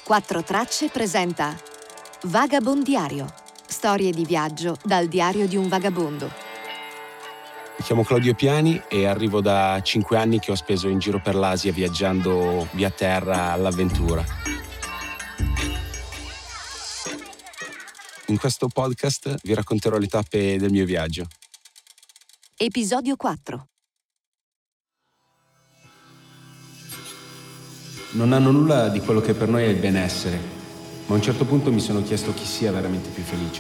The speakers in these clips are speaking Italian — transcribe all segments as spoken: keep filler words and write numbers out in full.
Quattro Tracce presenta Vagabondiario. Storie di viaggio dal diario di un vagabondo. Mi chiamo Claudio Piani e arrivo da cinque anni che ho speso in giro per l'Asia viaggiando via terra all'avventura. In questo podcast vi racconterò le tappe del mio viaggio. Episodio quattro. Non hanno nulla di quello che per noi è il benessere, ma a un certo punto mi sono chiesto chi sia veramente più felice.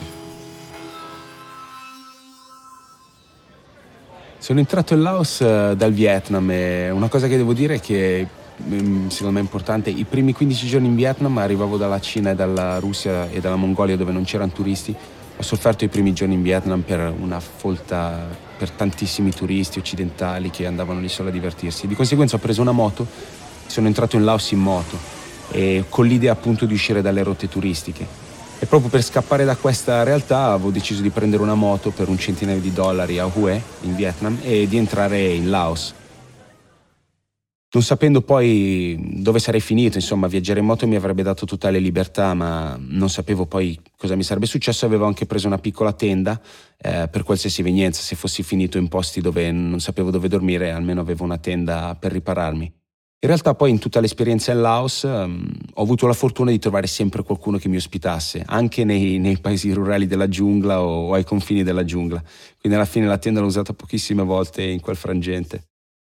Sono entrato in Laos uh, dal Vietnam e una cosa che devo dire è che um, secondo me è importante: i primi quindici giorni in Vietnam arrivavo dalla Cina e dalla Russia e dalla Mongolia dove non c'erano turisti. Ho sofferto i primi giorni in Vietnam per una folta, per tantissimi turisti occidentali che andavano lì solo a divertirsi. Di conseguenza ho preso una moto, sono entrato in Laos in moto e con l'idea appunto di uscire dalle rotte turistiche. E proprio per scappare da questa realtà avevo deciso di prendere una moto per un centinaio di dollari a Hue, in Vietnam, e di entrare in Laos. Non sapendo poi dove sarei finito, insomma, viaggiare in moto mi avrebbe dato totale libertà, ma non sapevo poi cosa mi sarebbe successo. Avevo anche preso una piccola tenda eh, per qualsiasi evenienza. Se fossi finito in posti dove non sapevo dove dormire, almeno avevo una tenda per ripararmi. In realtà poi in tutta l'esperienza in Laos um, ho avuto la fortuna di trovare sempre qualcuno che mi ospitasse, anche nei, nei paesi rurali della giungla o, o ai confini della giungla. Quindi alla fine la tenda l'ho usata pochissime volte in quel frangente.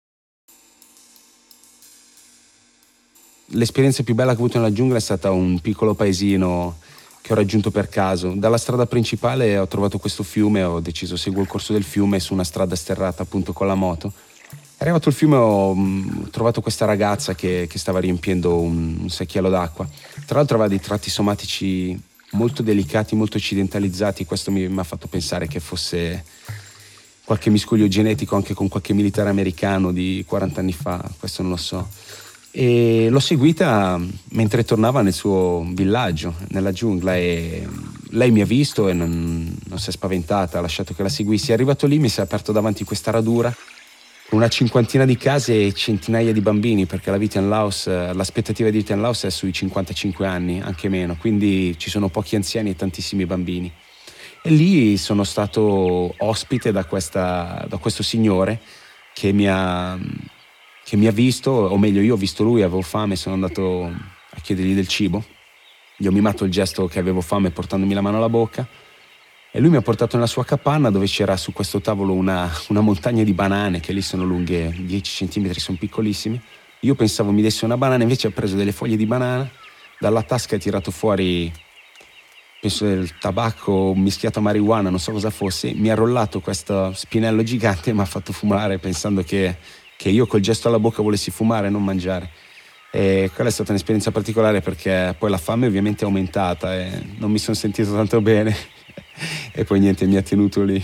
L'esperienza più bella che ho avuto nella giungla è stata un piccolo paesino che ho raggiunto per caso. Dalla strada principale ho trovato questo fiume, ho deciso seguo il corso del fiume su una strada sterrata appunto con la moto. Arrivato al fiume ho, ho trovato questa ragazza che, che stava riempiendo un, un secchiello d'acqua. Tra l'altro aveva dei tratti somatici molto delicati, molto occidentalizzati. Questo mi, mi ha fatto pensare che fosse qualche miscuglio genetico anche con qualche militare americano di quaranta anni fa, questo non lo so. E l'ho seguita mentre tornava nel suo villaggio, nella giungla, e lei mi ha visto e non, non si è spaventata, ha lasciato che la seguissi. È arrivato lì, mi si è aperto davanti questa radura, una cinquantina di case e centinaia di bambini, perché la vita in Laos, l'aspettativa di vita in Laos è sui cinquantacinque anni, anche meno, quindi ci sono pochi anziani e tantissimi bambini. E lì sono stato ospite da, questa, da questo signore che mi ha, che mi ha visto, o meglio io ho visto lui, avevo fame, sono andato a chiedergli del cibo, gli ho mimato il gesto che avevo fame portandomi la mano alla bocca. E lui mi ha portato nella sua capanna dove c'era su questo tavolo una, una montagna di banane che lì sono lunghe dieci centimetri, sono piccolissime. Io pensavo mi desse una banana, invece ha preso delle foglie di banana, dalla tasca ha tirato fuori, penso del tabacco mischiato a marijuana, non so cosa fosse, mi ha rollato questo spinello gigante e mi ha fatto fumare pensando che, che io col gesto alla bocca volessi fumare, non mangiare. E quella è stata un'esperienza particolare perché poi la fame ovviamente è aumentata e non mi sono sentito tanto bene. E poi niente, mi ha tenuto lì.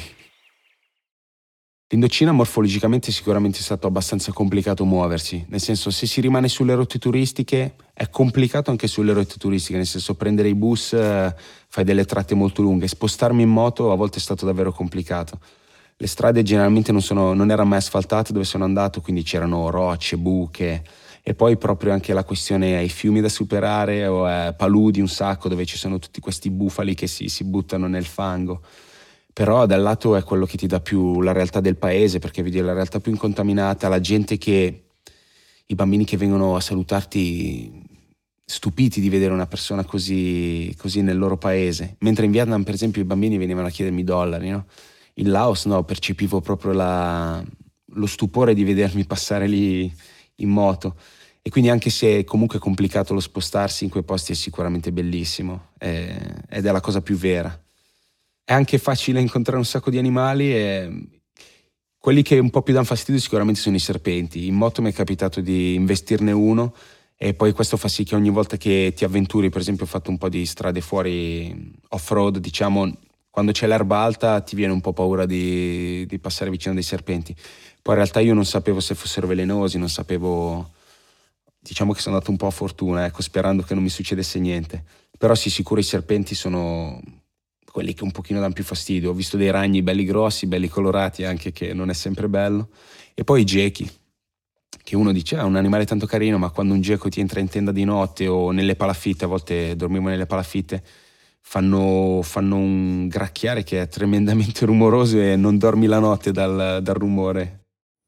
L'Indocina morfologicamente sicuramente è stato abbastanza complicato muoversi, nel senso, se si rimane sulle rotte turistiche è complicato anche sulle rotte turistiche, nel senso prendere i bus eh, fai delle tratte molto lunghe, spostarmi in moto a volte è stato davvero complicato. Le strade generalmente non, sono, non erano mai asfaltate dove sono andato, quindi c'erano rocce, buche. E poi proprio anche la questione ai fiumi da superare o a paludi un sacco dove ci sono tutti questi bufali che si, si buttano nel fango. Però dal lato è quello che ti dà più la realtà del paese, perché vedi la realtà più incontaminata, la gente che, i bambini che vengono a salutarti stupiti di vedere una persona così, così nel loro paese. Mentre in Vietnam per esempio i bambini venivano a chiedermi dollari, no? In Laos no, percepivo proprio la, lo stupore di vedermi passare lì in moto. E quindi anche se è comunque complicato lo spostarsi in quei posti è sicuramente bellissimo eh, ed è la cosa più vera. È anche facile incontrare un sacco di animali e quelli che un po' più danno fastidio sicuramente sono i serpenti. In moto mi è capitato di investirne uno e poi questo fa sì che ogni volta che ti avventuri, per esempio ho fatto un po' di strade fuori off-road, diciamo, quando c'è l'erba alta ti viene un po' paura di, di passare vicino a dei serpenti. Poi in realtà io non sapevo se fossero velenosi, non sapevo, diciamo che sono andato un po' a fortuna, ecco, sperando che non mi succedesse niente. Però sì, sicuro i serpenti sono quelli che un pochino danno più fastidio. Ho visto dei ragni belli grossi, belli colorati anche, che non è sempre bello. E poi i gechi, che uno dice è ah, un animale tanto carino, ma quando un geco ti entra in tenda di notte o nelle palafitte, a volte dormivo nelle palafitte, fanno, fanno un gracchiare che è tremendamente rumoroso e non dormi la notte dal, dal rumore.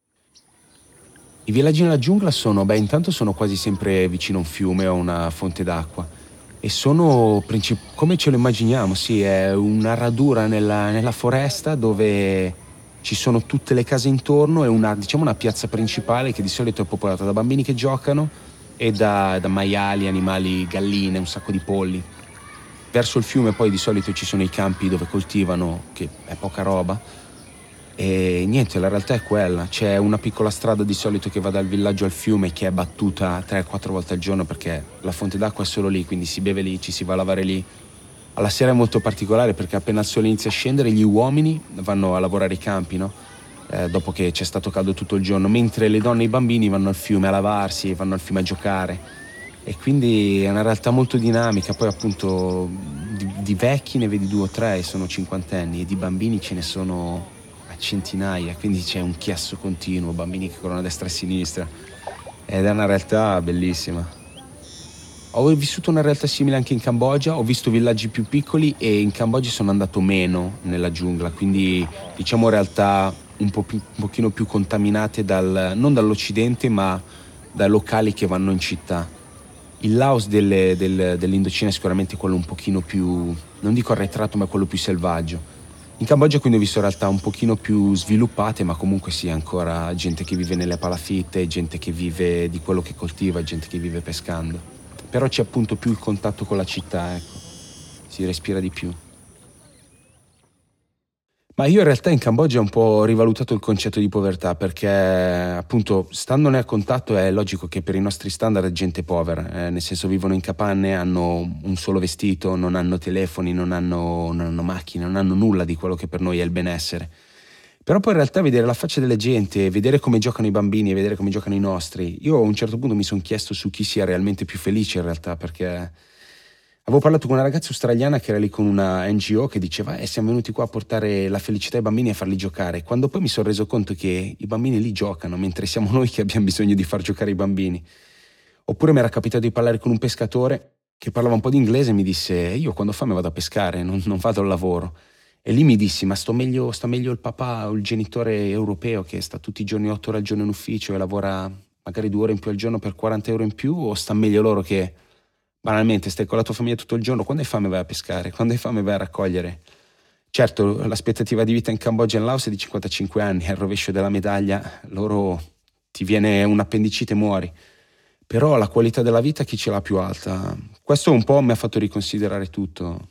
I villaggi nella giungla sono, beh intanto sono quasi sempre vicino a un fiume o a una fonte d'acqua e sono princip- come ce lo immaginiamo, sì, è una radura nella, nella foresta dove ci sono tutte le case intorno e una, diciamo una piazza principale che di solito è popolata da bambini che giocano e da, da maiali, animali, galline, un sacco di polli. Verso il fiume poi di solito ci sono i campi dove coltivano, che è poca roba, e niente, la realtà è quella. C'è una piccola strada di solito che va dal villaggio al fiume che è battuta tre quattro volte al giorno perché la fonte d'acqua è solo lì, quindi si beve lì, ci si va a lavare lì. Alla sera è molto particolare perché appena il sole inizia a scendere gli uomini vanno a lavorare i campi, no? Eh, dopo che c'è stato caldo tutto il giorno, mentre le donne e i bambini vanno al fiume a lavarsi, vanno al fiume a giocare. E quindi è una realtà molto dinamica. Poi appunto di, di vecchi ne vedi due o tre e sono cinquantenni e di bambini ce ne sono a centinaia, quindi c'è un chiasso continuo, bambini che corrono a destra e a sinistra ed è una realtà bellissima. Ho vissuto una realtà simile anche in Cambogia, ho visto villaggi più piccoli e in Cambogia sono andato meno nella giungla, quindi diciamo realtà un, po più, un pochino più contaminate dal, non dall'Occidente ma dai locali che vanno in città. Il Laos delle, del, dell'Indocina è sicuramente quello un pochino più, non dico arretrato, ma quello più selvaggio. In Cambogia quindi ho visto realtà un pochino più sviluppate, ma comunque sì, ancora gente che vive nelle palafitte, gente che vive di quello che coltiva, gente che vive pescando. Però c'è appunto più il contatto con la città, ecco, si respira di più. Ma io in realtà in Cambogia ho un po' rivalutato il concetto di povertà perché appunto standone a contatto è logico che per i nostri standard è gente povera, eh, nel senso vivono in capanne, hanno un solo vestito, non hanno telefoni, non hanno, non hanno macchine, non hanno nulla di quello che per noi è il benessere. Però poi in realtà vedere la faccia delle gente, vedere come giocano i bambini e vedere come giocano i nostri, io a un certo punto mi sono chiesto su chi sia realmente più felice in realtà, perché avevo parlato con una ragazza australiana che era lì con una N G O che diceva eh, siamo venuti qua a portare la felicità ai bambini e a farli giocare, quando poi mi sono reso conto che i bambini lì giocano, mentre siamo noi che abbiamo bisogno di far giocare i bambini. Oppure mi era capitato di parlare con un pescatore che parlava un po' di inglese e mi disse io quando ho fame vado a pescare, non, non vado al lavoro. E lì mi dissi, ma sto meglio, sta meglio il papà o il genitore europeo che sta tutti i giorni otto ore al giorno in ufficio e lavora magari due ore in più al giorno per quaranta euro in più, o sta meglio loro che banalmente stai con la tua famiglia tutto il giorno, quando hai fame vai a pescare, quando hai fame vai a raccogliere. Certo, l'aspettativa di vita in Cambogia e in Laos è di cinquantacinque anni, al rovescio della medaglia, loro ti viene un'appendicite e muori. Però la qualità della vita chi ce l'ha più alta? Questo un po' mi ha fatto riconsiderare tutto.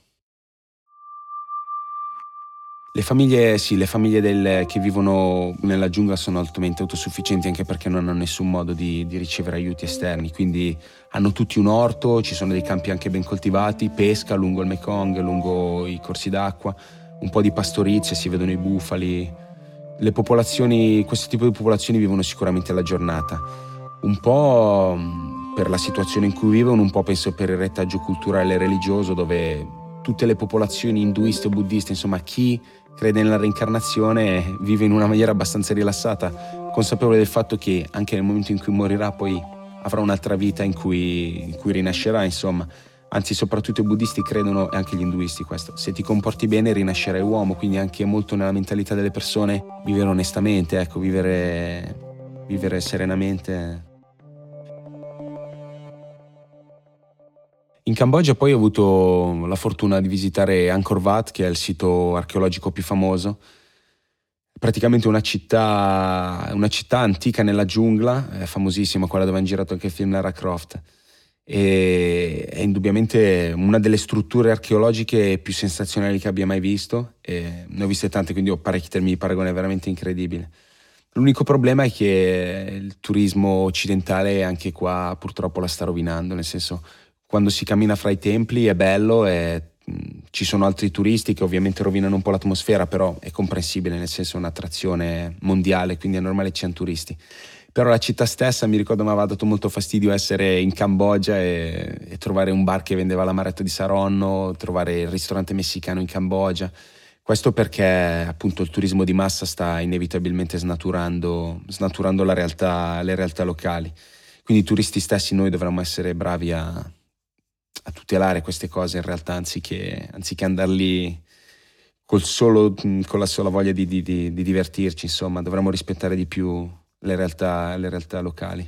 Le famiglie, sì, le famiglie del, che vivono nella giungla sono altamente autosufficienti anche perché non hanno nessun modo di, di ricevere aiuti esterni, quindi hanno tutti un orto, ci sono dei campi anche ben coltivati, pesca lungo il Mekong, lungo i corsi d'acqua, un po' di pastorizia, si vedono i bufali. Le popolazioni, questo tipo di popolazioni vivono sicuramente la giornata, un po' per la situazione in cui vivono, un po' penso per il retaggio culturale e religioso dove tutte le popolazioni induiste o buddiste, insomma chi crede nella reincarnazione vive in una maniera abbastanza rilassata, consapevole del fatto che anche nel momento in cui morirà poi avrà un'altra vita in cui, in cui rinascerà, insomma. Anzi, soprattutto i buddisti credono, e anche gli induisti questo, se ti comporti bene rinascerai uomo, quindi anche molto nella mentalità delle persone vivere onestamente, ecco, vivere, vivere serenamente. In Cambogia poi ho avuto la fortuna di visitare Angkor Wat, che è il sito archeologico più famoso. Praticamente una città, una città antica nella giungla, è famosissima, quella dove hanno girato anche il film Lara Croft. E è indubbiamente una delle strutture archeologiche più sensazionali che abbia mai visto. E ne ho viste tante, quindi ho parecchi termini di paragone veramente incredibile. L'unico problema è che il turismo occidentale anche qua purtroppo la sta rovinando, nel senso quando si cammina fra i templi è bello e mh, ci sono altri turisti che ovviamente rovinano un po' l'atmosfera, però è comprensibile, nel senso è un'attrazione mondiale, quindi è normale che ci siano turisti. Però la città stessa, mi ricordo, mi aveva dato molto fastidio essere in Cambogia e, e trovare un bar che vendeva l'amaretto di Saronno, trovare il ristorante messicano in Cambogia. Questo perché appunto il turismo di massa sta inevitabilmente snaturando, snaturando la realtà, le realtà locali. Quindi i turisti stessi noi dovremmo essere bravi a, a tutelare queste cose in realtà, anziché, anziché andar lì col solo, con la sola voglia di, di, di, di divertirci, insomma, dovremmo rispettare di più le realtà, le realtà locali.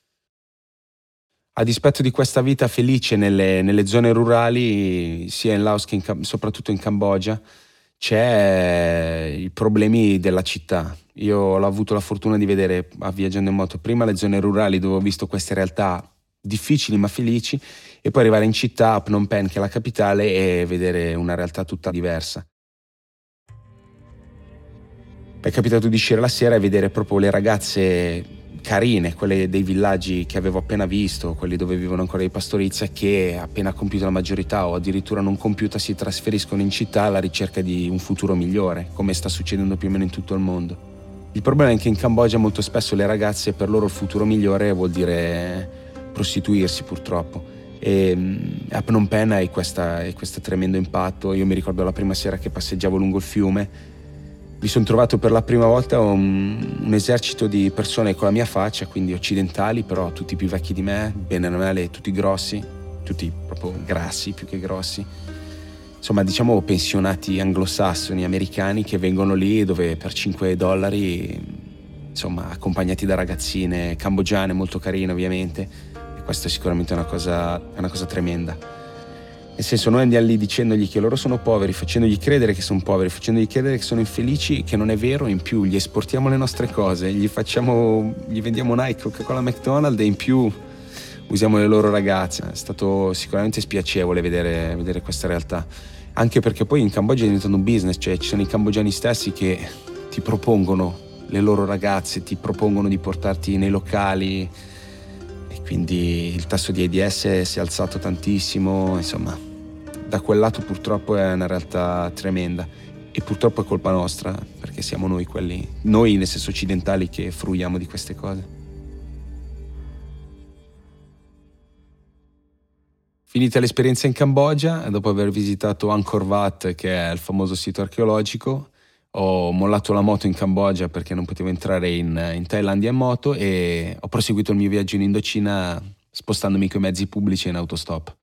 A dispetto di questa vita felice nelle, nelle zone rurali, sia in Laos che in, soprattutto in Cambogia, c'è i problemi della città. Io ho avuto la fortuna di vedere, viaggiando in moto, prima le zone rurali dove ho visto queste realtà difficili ma felici, e poi arrivare in città, a Phnom Penh, che è la capitale, e vedere una realtà tutta diversa. Mi è capitato di uscire la sera e vedere proprio le ragazze carine, quelle dei villaggi che avevo appena visto, quelli dove vivono ancora i pastorizia, che appena compiuta la maggiorità o addirittura non compiuta si trasferiscono in città alla ricerca di un futuro migliore, come sta succedendo più o meno in tutto il mondo. Il problema è che in Cambogia molto spesso le ragazze, per loro il futuro migliore vuol dire prostituirsi, purtroppo. E a Phnom Penh hai questa, questo tremendo impatto. Io mi ricordo la prima sera che passeggiavo lungo il fiume, mi sono trovato per la prima volta un, un esercito di persone con la mia faccia, quindi occidentali, però tutti più vecchi di me, bene o male, tutti grossi, tutti proprio grassi più che grossi. Insomma, diciamo pensionati anglosassoni, americani, che vengono lì dove per cinque dollari, insomma, accompagnati da ragazzine cambogiane molto carine ovviamente, e questo è sicuramente una cosa, è una cosa tremenda. Nel senso, noi andiamo lì dicendogli che loro sono poveri, facendogli credere che sono poveri, facendogli credere che sono infelici, che non è vero. In più gli esportiamo le nostre cose, gli facciamo, gli vendiamo Nike, Coca-Cola, McDonald's, e in più usiamo le loro ragazze. È stato sicuramente spiacevole vedere, vedere questa realtà, anche perché poi in Cambogia è diventato un business, cioè ci sono i cambogiani stessi che ti propongono le loro ragazze, ti propongono di portarti nei locali, e quindi il tasso di AIDS si è alzato tantissimo. Insomma, da quel lato purtroppo è una realtà tremenda, e purtroppo è colpa nostra, perché siamo noi quelli, noi nel senso occidentali, che fruiamo di queste cose. Finita l'esperienza in Cambogia, dopo aver visitato Angkor Wat, che è il famoso sito archeologico, ho mollato la moto in Cambogia perché non potevo entrare in, in Thailandia in moto, e ho proseguito il mio viaggio in Indocina spostandomi con i mezzi pubblici in autostop.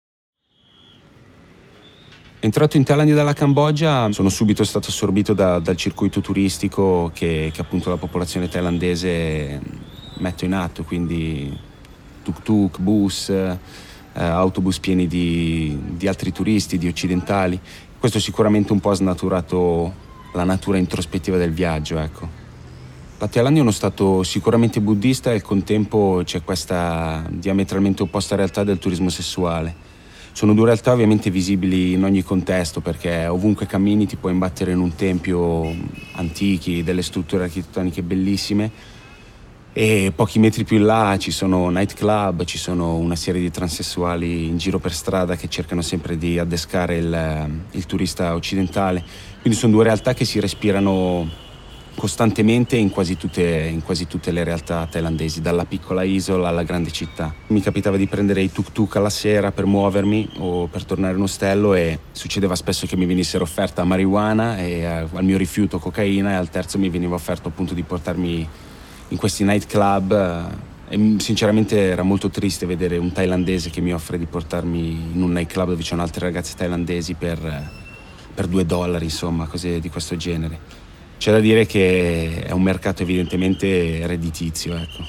Entrato in Thailandia dalla Cambogia, sono subito stato assorbito da, dal circuito turistico che, che appunto la popolazione thailandese mette in atto, quindi tuk-tuk, bus, eh, autobus pieni di, di altri turisti, di occidentali. Questo sicuramente un po' ha snaturato la natura introspettiva del viaggio, ecco. La Thailandia è uno stato sicuramente buddista, e al contempo c'è questa diametralmente opposta realtà del turismo sessuale. Sono due realtà ovviamente visibili in ogni contesto, perché ovunque cammini ti puoi imbattere in un tempio antichi, delle strutture architettoniche bellissime, e pochi metri più in là ci sono nightclub, ci sono una serie di transessuali in giro per strada che cercano sempre di addescare il, il turista occidentale. Quindi sono due realtà che si respirano costantemente in quasi tutte, in quasi tutte le realtà thailandesi, dalla piccola isola alla grande città. Mi capitava di prendere i tuk-tuk alla sera per muovermi o per tornare in ostello, e succedeva spesso che mi venissero offerta marijuana, e al mio rifiuto cocaina, e al terzo mi veniva offerto appunto di portarmi in questi nightclub, e sinceramente era molto triste vedere un thailandese che mi offre di portarmi in un nightclub dove c'erano altre ragazze thailandesi per, per due dollari, insomma, cose di questo genere. C'è da dire che è un mercato evidentemente redditizio, ecco.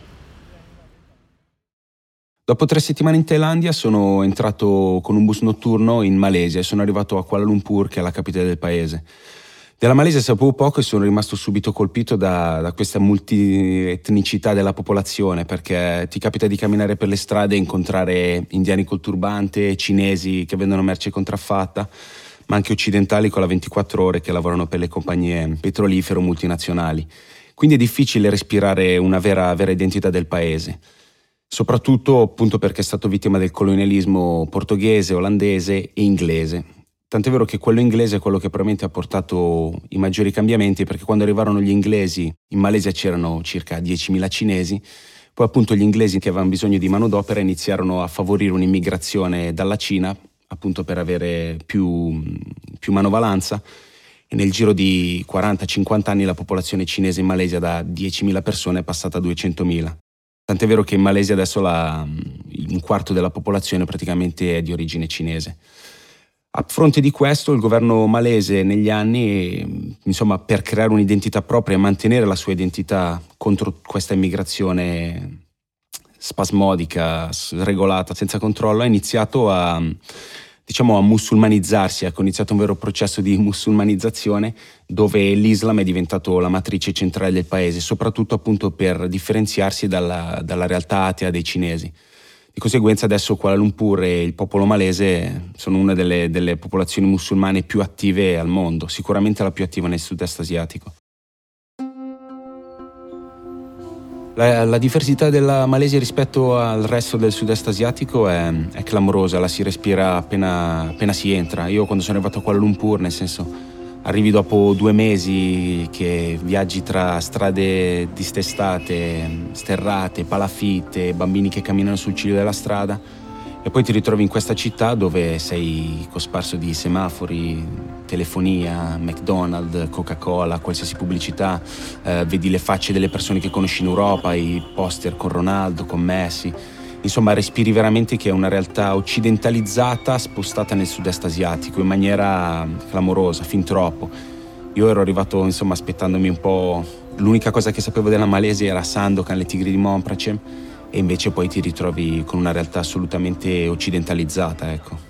Dopo tre settimane in Thailandia sono entrato con un bus notturno in Malesia e sono arrivato a Kuala Lumpur, che è la capitale del paese. Della Malesia sapevo poco e sono rimasto subito colpito da, da questa multietnicità della popolazione, perché ti capita di camminare per le strade e incontrare indiani col turbante, cinesi che vendono merce contraffatta, ma anche occidentali con la ventiquattro ore che lavorano per le compagnie petrolifere o multinazionali. Quindi è difficile respirare una vera, vera identità del paese, soprattutto appunto perché è stato vittima del colonialismo portoghese, olandese e inglese. Tant'è vero che quello inglese è quello che probabilmente ha portato i maggiori cambiamenti, perché quando arrivarono gli inglesi in Malesia c'erano circa diecimila cinesi, poi appunto gli inglesi che avevano bisogno di manodopera iniziarono a favorire un'immigrazione dalla Cina, appunto per avere più, più manovalanza, e nel giro di quaranta cinquanta anni la popolazione cinese in Malesia da diecimila persone è passata a duecentomila. Tant'è vero che in Malesia adesso la, un quarto della popolazione praticamente è di origine cinese. A fronte di questo il governo malese negli anni, insomma, per creare un'identità propria e mantenere la sua identità contro questa immigrazione spasmodica, regolata, senza controllo, ha iniziato a, diciamo, a musulmanizzarsi, ha iniziato un vero processo di musulmanizzazione dove l'Islam è diventato la matrice centrale del paese, soprattutto appunto per differenziarsi dalla, dalla realtà atea dei cinesi. Di conseguenza adesso Kuala Lumpur e il popolo malese sono una delle, delle popolazioni musulmane più attive al mondo, sicuramente la più attiva nel sud-est asiatico. La, la diversità della Malesia rispetto al resto del sud-est asiatico è, è clamorosa, la si respira appena, appena si entra. Io quando sono arrivato a Kuala Lumpur, nel senso, arrivi dopo due mesi che viaggi tra strade distestate, sterrate, palafitte, bambini che camminano sul ciglio della strada e poi ti ritrovi in questa città dove sei cosparso di semafori, telefonia, McDonald's, Coca-Cola, qualsiasi pubblicità, eh, vedi le facce delle persone che conosci in Europa, i poster con Ronaldo, con Messi. Insomma, respiri veramente che è una realtà occidentalizzata spostata nel sud-est asiatico in maniera clamorosa, fin troppo. Io ero arrivato, insomma, aspettandomi un po'. L'unica cosa che sapevo della Malesia era Sandokan, le tigri di Monpracem, e invece poi ti ritrovi con una realtà assolutamente occidentalizzata, ecco.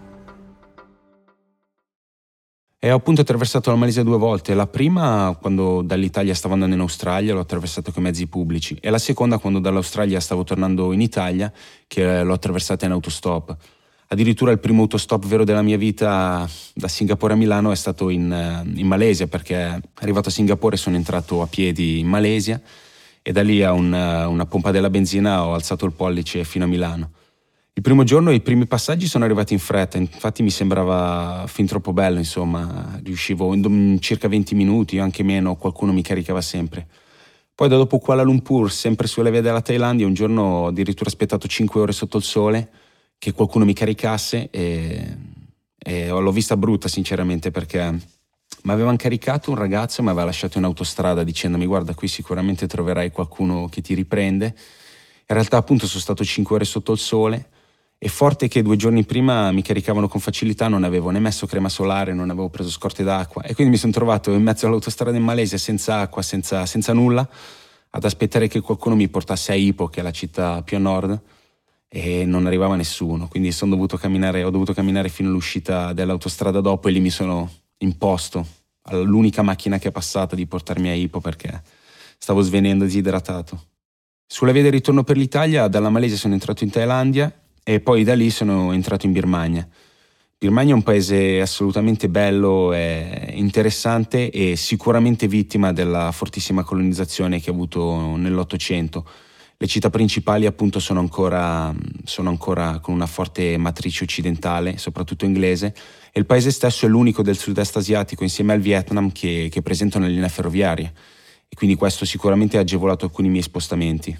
E ho appunto attraversato la Malesia due volte. La prima quando dall'Italia stavo andando in Australia, l'ho attraversata con i mezzi pubblici, e la seconda quando dall'Australia stavo tornando in Italia, che l'ho attraversata in autostop. Addirittura il primo autostop vero della mia vita da Singapore a Milano è stato in, in Malesia, perché arrivato a Singapore sono entrato a piedi in Malesia e da lì a un, una pompa della benzina ho alzato il pollice fino a Milano. Il primo giorno i primi passaggi sono arrivati in fretta, infatti mi sembrava fin troppo bello, insomma, riuscivo in circa venti minuti, anche meno, qualcuno mi caricava sempre. Poi da dopo Kuala Lumpur, sempre sulle vie della Thailandia, un giorno ho addirittura aspettato cinque ore sotto il sole che qualcuno mi caricasse e, e l'ho vista brutta sinceramente, perché mi avevano caricato un ragazzo e mi aveva lasciato in autostrada dicendomi: guarda, qui sicuramente troverai qualcuno che ti riprende. In realtà appunto sono stato cinque ore sotto il sole e forte che due giorni prima mi caricavano con facilità, non avevo né messo crema solare, non avevo preso scorte d'acqua e quindi mi sono trovato in mezzo all'autostrada in Malesia senza acqua, senza, senza nulla, ad aspettare che qualcuno mi portasse a Ipoh, che è la città più a nord, e non arrivava nessuno, quindi sono dovuto camminare, ho dovuto camminare fino all'uscita dell'autostrada dopo e lì mi sono imposto all'unica macchina che è passata di portarmi a Ipoh perché stavo svenendo disidratato. Sulla via del ritorno per l'Italia, dalla Malesia sono entrato in Thailandia e poi da lì sono entrato in Birmania. Birmania è un paese assolutamente bello e interessante e sicuramente vittima della fortissima colonizzazione che ha avuto nell'Ottocento. Le città principali appunto sono ancora, sono ancora con una forte matrice occidentale, soprattutto inglese, e il paese stesso è l'unico del sud-est asiatico insieme al Vietnam che, che presenta una linea ferroviaria e quindi questo sicuramente ha agevolato alcuni miei spostamenti.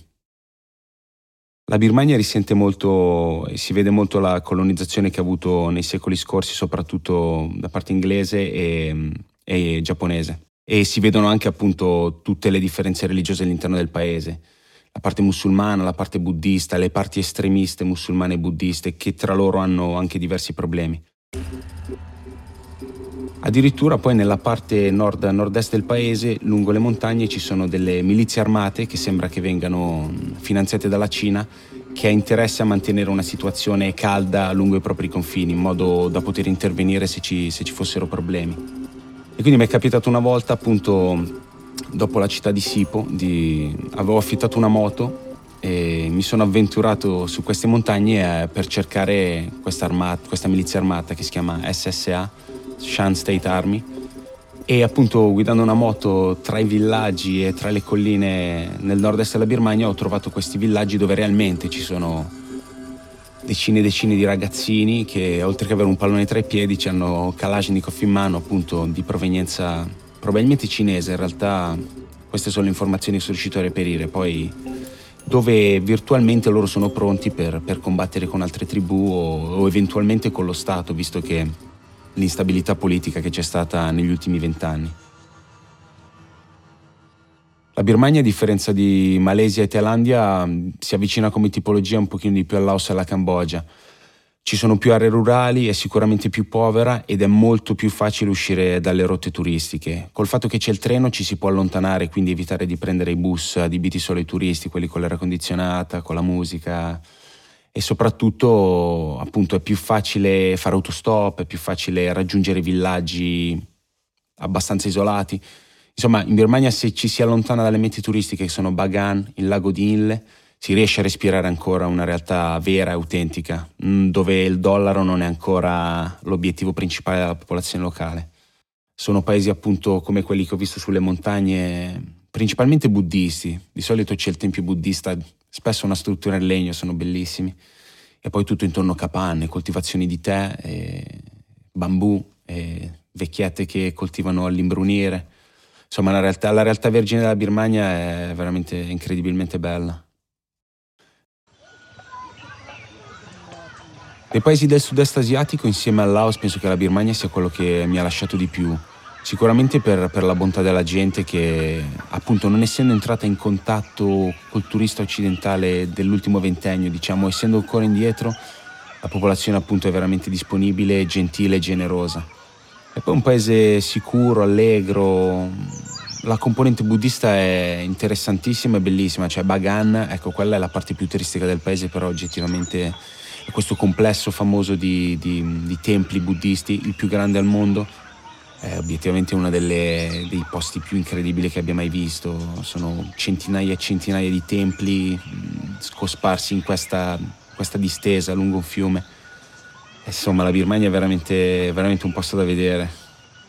La Birmania risente molto e si vede molto la colonizzazione che ha avuto nei secoli scorsi, soprattutto da parte inglese e, e giapponese. E si vedono anche appunto tutte le differenze religiose all'interno del paese. La parte musulmana, la parte buddista, le parti estremiste musulmane e buddiste che tra loro hanno anche diversi problemi. Addirittura poi nella parte nord-nord-est del paese, lungo le montagne, ci sono delle milizie armate che sembra che vengano finanziate dalla Cina, che ha interesse a mantenere una situazione calda lungo i propri confini, in modo da poter intervenire se ci, se ci fossero problemi. E quindi mi è capitato una volta, appunto, dopo la città di Sipo, di... avevo affittato una moto e mi sono avventurato su queste montagne eh, per cercare questa, armata, questa milizia armata che si chiama S S A, Shan State Army, e appunto guidando una moto tra i villaggi e tra le colline nel nord-est della Birmania ho trovato questi villaggi dove realmente ci sono decine e decine di ragazzini che oltre che avere un pallone tra i piedi ci hanno Kalashnikov in mano, appunto di provenienza probabilmente cinese. In realtà queste sono le informazioni che sono riuscito a reperire, poi dove virtualmente loro sono pronti per, per combattere con altre tribù o, o eventualmente con lo Stato, visto che l'instabilità politica che c'è stata negli ultimi vent'anni. La Birmania, a differenza di Malesia e Thailandia, si avvicina come tipologia un pochino di più al Laos e alla Cambogia. Ci sono più aree rurali, è sicuramente più povera ed è molto più facile uscire dalle rotte turistiche. Col fatto che c'è il treno ci si può allontanare, quindi evitare di prendere i bus adibiti solo ai turisti, quelli con l'aria condizionata, con la musica. E soprattutto, appunto, è più facile fare autostop, è più facile raggiungere villaggi abbastanza isolati. Insomma, in Birmania, se ci si allontana dalle mete turistiche che sono Bagan, il lago di Inle, si riesce a respirare ancora una realtà vera e autentica, dove il dollaro non è ancora l'obiettivo principale della popolazione locale. Sono paesi, appunto, come quelli che ho visto sulle montagne, principalmente buddisti. Di solito c'è il tempio buddista, spesso una struttura in legno, sono bellissimi. E poi tutto intorno a capanne, coltivazioni di tè, e bambù, e vecchiette che coltivano all'imbrunire. Insomma, la realtà, la realtà vergine della Birmania è veramente incredibilmente bella. Dei paesi del sud-est asiatico, insieme al Laos, penso che la Birmania sia quello che mi ha lasciato di più. Sicuramente per, per la bontà della gente che, appunto, non essendo entrata in contatto col turista occidentale dell'ultimo ventennio, diciamo, essendo ancora indietro, la popolazione, appunto, è veramente disponibile, gentile e generosa. E poi un paese sicuro, allegro. La componente buddista è interessantissima e bellissima, cioè Bagan, ecco, quella è la parte più turistica del paese, però oggettivamente è questo complesso famoso di, di, di templi buddisti, il più grande al mondo. È obiettivamente uno delle, dei posti più incredibili che abbia mai visto. Sono centinaia e centinaia di templi cosparsi in questa, questa distesa lungo un fiume. Insomma, la Birmania è veramente, veramente un posto da vedere.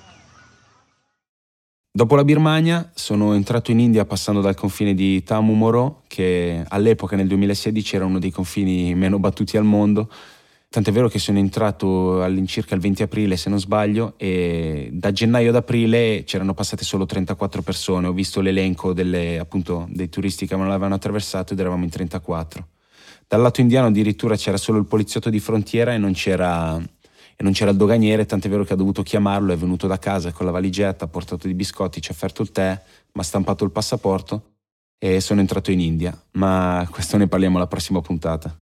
Dopo la Birmania sono entrato in India passando dal confine di Tamil Moro, che all'epoca, nel duemilasedici, era uno dei confini meno battuti al mondo. Tant'è vero che sono entrato all'incirca il venti aprile, se non sbaglio, e da gennaio ad aprile c'erano passate solo trentaquattro persone. Ho visto l'elenco delle, appunto, dei turisti che non l'avevano attraversato ed eravamo in trentaquattro. Dal lato indiano addirittura c'era solo il poliziotto di frontiera e non c'era, e non c'era il doganiere, tant'è vero che ha dovuto chiamarlo, è venuto da casa con la valigetta, ha portato dei biscotti, ci ha offerto il tè, mi ha stampato il passaporto e sono entrato in India. Ma questo ne parliamo alla prossima puntata.